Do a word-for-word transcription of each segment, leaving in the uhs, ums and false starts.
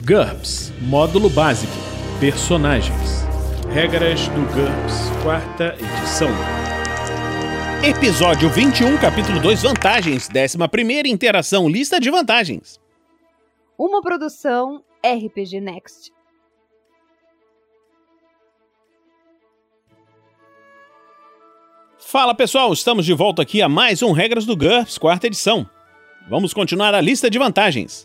GURPS Módulo Básico Personagens. Regras do GURPS, quarta edição. Episódio vinte e um, capítulo dois, Vantagens. Décima primeira interação, lista de vantagens. Uma produção R P G Next. Fala pessoal, estamos de volta aqui a mais um Regras do GURPS, quarta edição. Vamos continuar a lista de vantagens.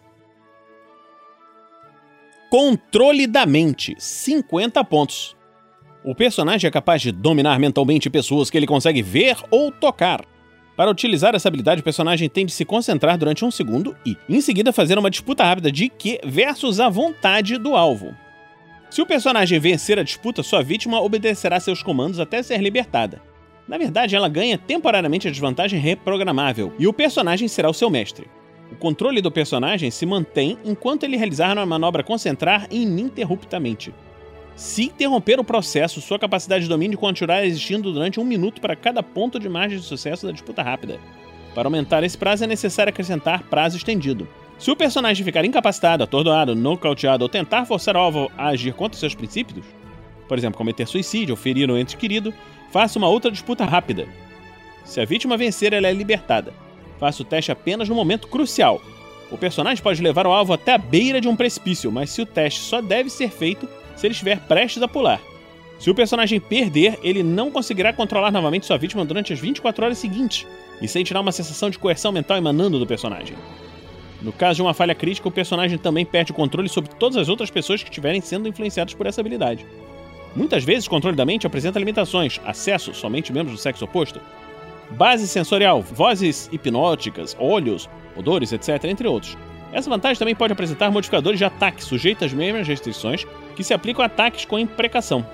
Controle da mente, cinquenta pontos. O personagem é capaz de dominar mentalmente pessoas que ele consegue ver ou tocar. Para utilizar essa habilidade, o personagem tem de se concentrar durante um segundo e, em seguida, fazer uma disputa rápida de I Q versus a vontade do alvo. Se o personagem vencer a disputa, sua vítima obedecerá seus comandos até ser libertada. Na verdade, ela ganha temporariamente a desvantagem reprogramável e o personagem será o seu mestre. O controle do personagem se mantém enquanto ele realizar uma manobra concentrar ininterruptamente. Se interromper o processo, sua capacidade de domínio continuará existindo durante um minuto para cada ponto de margem de sucesso da disputa rápida. Para aumentar esse prazo é necessário acrescentar prazo estendido. Se o personagem ficar incapacitado, atordoado, nocauteado ou tentar forçar o alvo a agir contra seus princípios, por exemplo, cometer suicídio ou ferir um ente querido, faça uma outra disputa rápida. Se a vítima vencer, ela é libertada. Faça o teste apenas no momento crucial. O personagem pode levar o alvo até a beira de um precipício, mas se o teste só deve ser feito se ele estiver prestes a pular. Se o personagem perder, ele não conseguirá controlar novamente sua vítima durante as vinte e quatro horas seguintes, e sentirá uma sensação de coerção mental emanando do personagem. No caso de uma falha crítica, o personagem também perde o controle sobre todas as outras pessoas que estiverem sendo influenciadas por essa habilidade. Muitas vezes o controle da mente apresenta limitações, acesso somente membros do sexo oposto, base sensorial, vozes hipnóticas, olhos, odores, etcétera, entre outros. Essa vantagem também pode apresentar modificadores de ataque sujeitos às mesmas restrições que se aplicam a ataques com imprecação.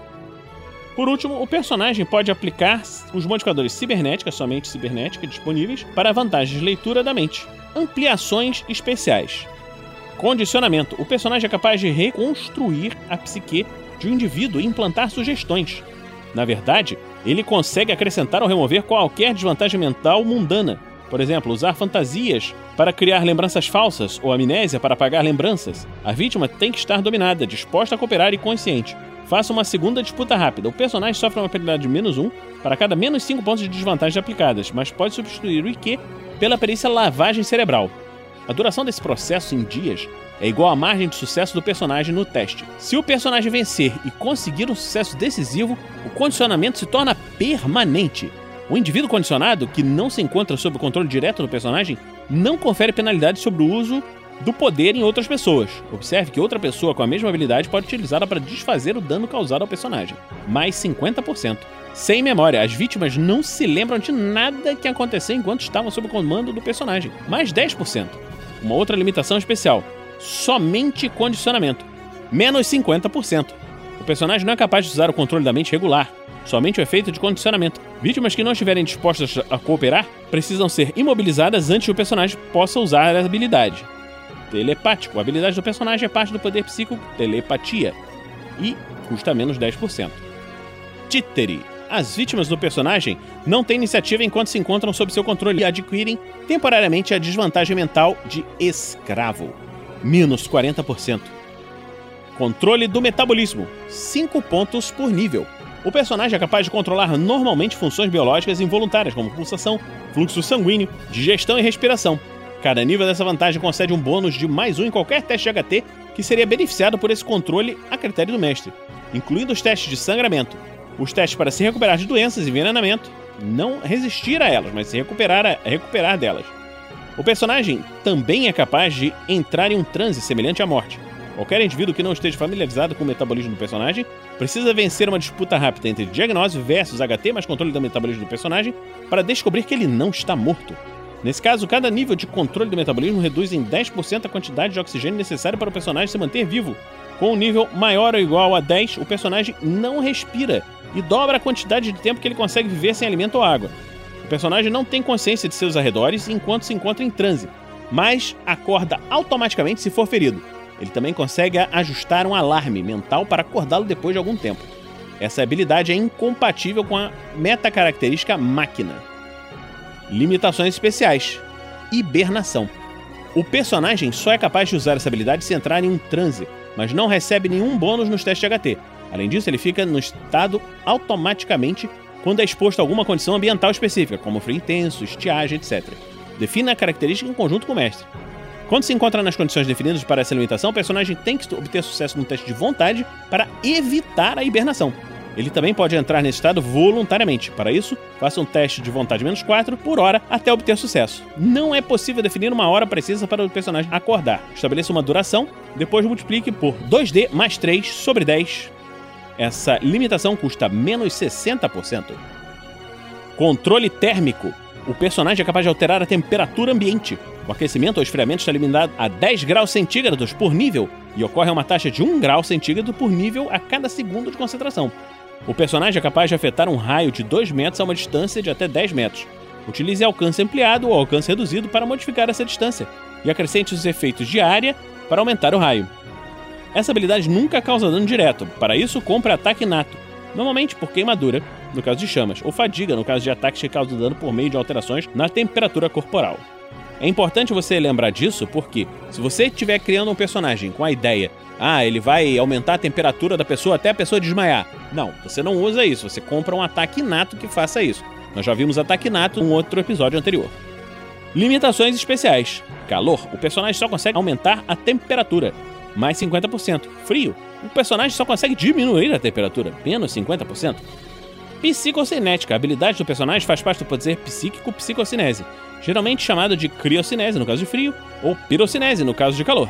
Por último, o personagem pode aplicar os modificadores cibernética, somente cibernética, disponíveis para vantagens de leitura da mente. Ampliações especiais. Condicionamento. O personagem é capaz de reconstruir a psique de um indivíduo e implantar sugestões. Na verdade, ele consegue acrescentar ou remover qualquer desvantagem mental mundana. Por exemplo, usar fantasias para criar lembranças falsas ou amnésia para apagar lembranças. A vítima tem que estar dominada, disposta a cooperar e consciente. Faça uma segunda disputa rápida. O personagem sofre uma penalidade de menos um para cada menos cinco pontos de desvantagens aplicadas, mas pode substituir o I Q pela perícia lavagem cerebral. A duração desse processo em dias é igual à margem de sucesso do personagem no teste. Se o personagem vencer e conseguir um sucesso decisivo, o condicionamento se torna permanente. O indivíduo condicionado, que não se encontra sob o controle direto do personagem, não confere penalidade sobre o uso do poder em outras pessoas. Observe que outra pessoa com a mesma habilidade pode utilizá-la para desfazer o dano causado ao personagem. Mais cinquenta por cento. Sem memória, as vítimas não se lembram de nada que aconteceu enquanto estavam sob o comando do personagem. Mais dez por cento. Uma outra limitação especial. Somente condicionamento. Menos cinquenta por cento. O personagem não é capaz de usar o controle da mente regular. Somente o efeito de condicionamento. Vítimas que não estiverem dispostas a cooperar precisam ser imobilizadas antes que o personagem possa usar a habilidade. Telepático. A habilidade do personagem é parte do poder psíquico telepatia. E custa menos dez por cento. Títere. As vítimas do personagem não têm iniciativa enquanto se encontram sob seu controle e adquirem temporariamente a desvantagem mental de escravo. Menos quarenta por cento. Controle do metabolismo. cinco pontos por nível. O personagem é capaz de controlar normalmente funções biológicas involuntárias, como pulsação, fluxo sanguíneo, digestão e respiração. Cada nível dessa vantagem concede um bônus de mais um em qualquer teste de H T que seria beneficiado por esse controle a critério do mestre, incluindo os testes de sangramento, os testes para se recuperar de doenças e envenenamento, não resistir a elas, mas se recuperar, a, recuperar delas. O personagem também é capaz de entrar em um transe semelhante à morte. Qualquer indivíduo que não esteja familiarizado com o metabolismo do personagem precisa vencer uma disputa rápida entre diagnose versus H T mais controle do metabolismo do personagem para descobrir que ele não está morto. Nesse caso, cada nível de controle do metabolismo reduz em dez por cento a quantidade de oxigênio necessária para o personagem se manter vivo. Com um nível maior ou igual a dez, o personagem não respira e dobra a quantidade de tempo que ele consegue viver sem alimento ou água. O personagem não tem consciência de seus arredores enquanto se encontra em transe, mas acorda automaticamente se for ferido. Ele também consegue ajustar um alarme mental para acordá-lo depois de algum tempo. Essa habilidade é incompatível com a metacaracterística máquina. Limitações especiais. Hibernação. O personagem só é capaz de usar essa habilidade se entrar em um transe, mas não recebe nenhum bônus nos testes de H T. Além disso, ele fica no estado automaticamente quando é exposto a alguma condição ambiental específica, como frio intenso, estiagem, etcétera. Defina a característica em conjunto com o mestre. Quando se encontra nas condições definidas para essa limitação, o personagem tem que obter sucesso no teste de vontade para evitar a hibernação. Ele também pode entrar nesse estado voluntariamente. Para isso, faça um teste de vontade menos quatro por hora até obter sucesso. Não é possível definir uma hora precisa para o personagem acordar. Estabeleça uma duração, depois multiplique por dois D mais três sobre dez. Essa limitação custa menos sessenta por cento. Controle térmico. O personagem é capaz de alterar a temperatura ambiente. O aquecimento ou esfriamento está limitado a dez graus centígrados por nível e ocorre a uma taxa de um grau centígrado por nível a cada segundo de concentração. O personagem é capaz de afetar um raio de dois metros a uma distância de até dez metros. Utilize alcance ampliado ou alcance reduzido para modificar essa distância e acrescente os efeitos de área para aumentar o raio. Essa habilidade nunca causa dano direto. Para isso, compre ataque inato, normalmente por queimadura, no caso de chamas, ou fadiga, no caso de ataques que causam dano por meio de alterações na temperatura corporal. É importante você lembrar disso porque, se você estiver criando um personagem com a ideia ah, ele vai aumentar a temperatura da pessoa até a pessoa desmaiar. Não, você não usa isso, você compra um ataque inato que faça isso. Nós já vimos ataque inato em um outro episódio anterior. Limitações especiais. Calor, o personagem só consegue aumentar a temperatura, mais cinquenta por cento. Frio, o personagem só consegue diminuir a temperatura, menos cinquenta por cento. Psicocinética, a habilidade do personagem faz parte do poder psíquico psicocinese, geralmente chamado de criocinese no caso de frio, ou pirocinese no caso de calor.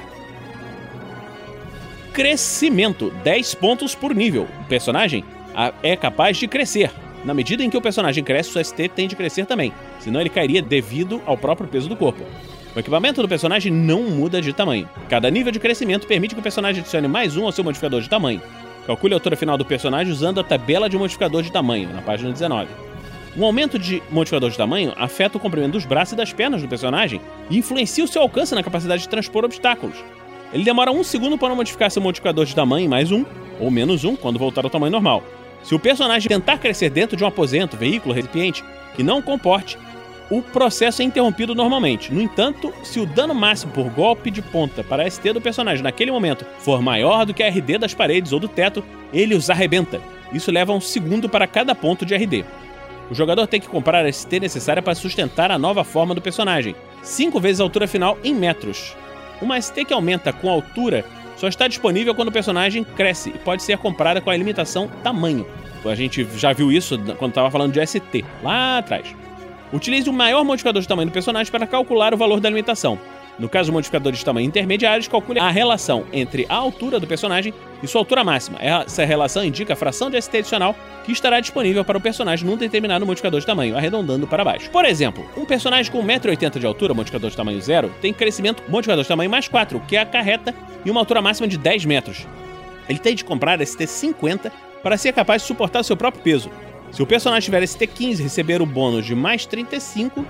Crescimento, dez pontos por nível. O personagem é capaz de crescer. Na medida em que o personagem cresce, o S T tem de crescer também, senão ele cairia devido ao próprio peso do corpo. O equipamento do personagem não muda de tamanho. Cada nível de crescimento permite que o personagem adicione mais um ao seu modificador de tamanho. Calcule a altura final do personagem usando a tabela de modificador de tamanho, na página dezenove. Um aumento de modificador de tamanho afeta o comprimento dos braços e das pernas do personagem e influencia o seu alcance na capacidade de transpor obstáculos. Ele demora um segundo para modificar seu modificador de tamanho mais um, ou menos um, quando voltar ao tamanho normal. Se o personagem tentar crescer dentro de um aposento, veículo, recipiente, que não comporte, o processo é interrompido normalmente. No entanto, se o dano máximo por golpe de ponta para a S T do personagem naquele momento for maior do que a R D das paredes ou do teto, ele os arrebenta. Isso leva um segundo para cada ponto de R D. O jogador tem que comprar a S T necessária para sustentar a nova forma do personagem, cinco vezes a altura final em metros. Uma S T que aumenta com a altura só está disponível quando o personagem cresce e pode ser comprada com a limitação tamanho. A gente já viu isso quando estava falando de S T, lá atrás. Utilize o maior modificador de tamanho do personagem para calcular o valor da limitação. No caso de modificadores de tamanho intermediários, calcule a relação entre a altura do personagem e sua altura máxima. Essa relação indica a fração de S T adicional que estará disponível para o personagem num determinado modificador de tamanho, arredondando para baixo. Por exemplo, um personagem com um metro e oitenta de altura, modificador de tamanho zero, tem crescimento modificador de tamanho mais quatro, o que acarreta em uma altura máxima de dez metros. Ele tem de comprar S T cinquenta para ser capaz de suportar o seu próprio peso. Se o personagem tiver S T quinze e receber o bônus de mais trinta e cinco,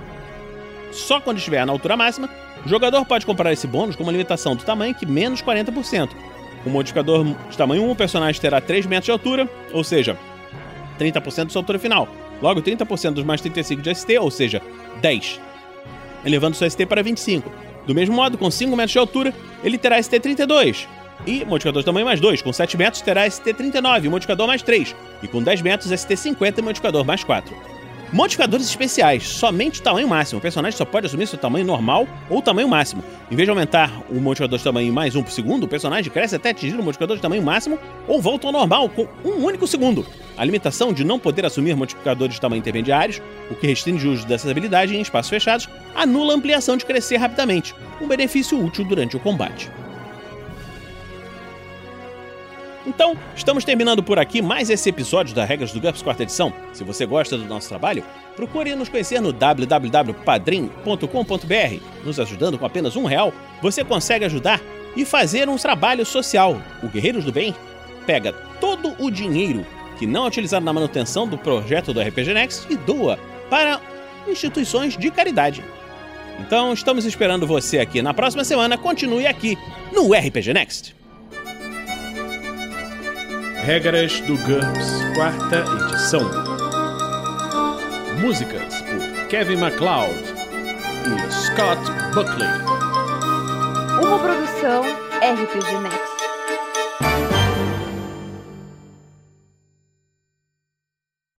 só quando estiver na altura máxima, o jogador pode comprar esse bônus com uma limitação do tamanho que menos quarenta por cento. Com o modificador de tamanho um, o personagem terá três metros de altura, ou seja, trinta por cento da sua altura final. Logo, trinta por cento dos mais trinta e cinco de S T, ou seja, dez, elevando sua S T para vinte e cinco. Do mesmo modo, com cinco metros de altura, ele terá S T trinta e dois. E modificador de tamanho mais dois, com sete metros terá S T trinta e nove, modificador mais três. E com dez metros, S T cinquenta e modificador mais quatro. Modificadores especiais, somente o tamanho máximo. O personagem só pode assumir seu tamanho normal ou tamanho máximo. Em vez de aumentar o modificador de tamanho mais um por segundo, o personagem cresce até atingir o modificador de tamanho máximo ou volta ao normal com um único segundo. A limitação de não poder assumir modificadores de tamanho intermediários, o que restringe o uso dessas habilidades em espaços fechados, anula a ampliação de crescer rapidamente, um benefício útil durante o combate. Então, estamos terminando por aqui mais esse episódio da Regras do GURPS quarta edição. Se você gosta do nosso trabalho, procure nos conhecer no w w w ponto padrim ponto com ponto b r. Nos ajudando com apenas um real, você consegue ajudar e fazer um trabalho social. O Guerreiros do Bem pega todo o dinheiro que não é utilizado na manutenção do projeto do R P G Next e doa para instituições de caridade. Então, estamos esperando você aqui na próxima semana. Continue aqui no R P G Next. Regras do GURPS, quarta edição. Músicas por Kevin MacLeod e Scott Buckley. Uma produção R P G Next.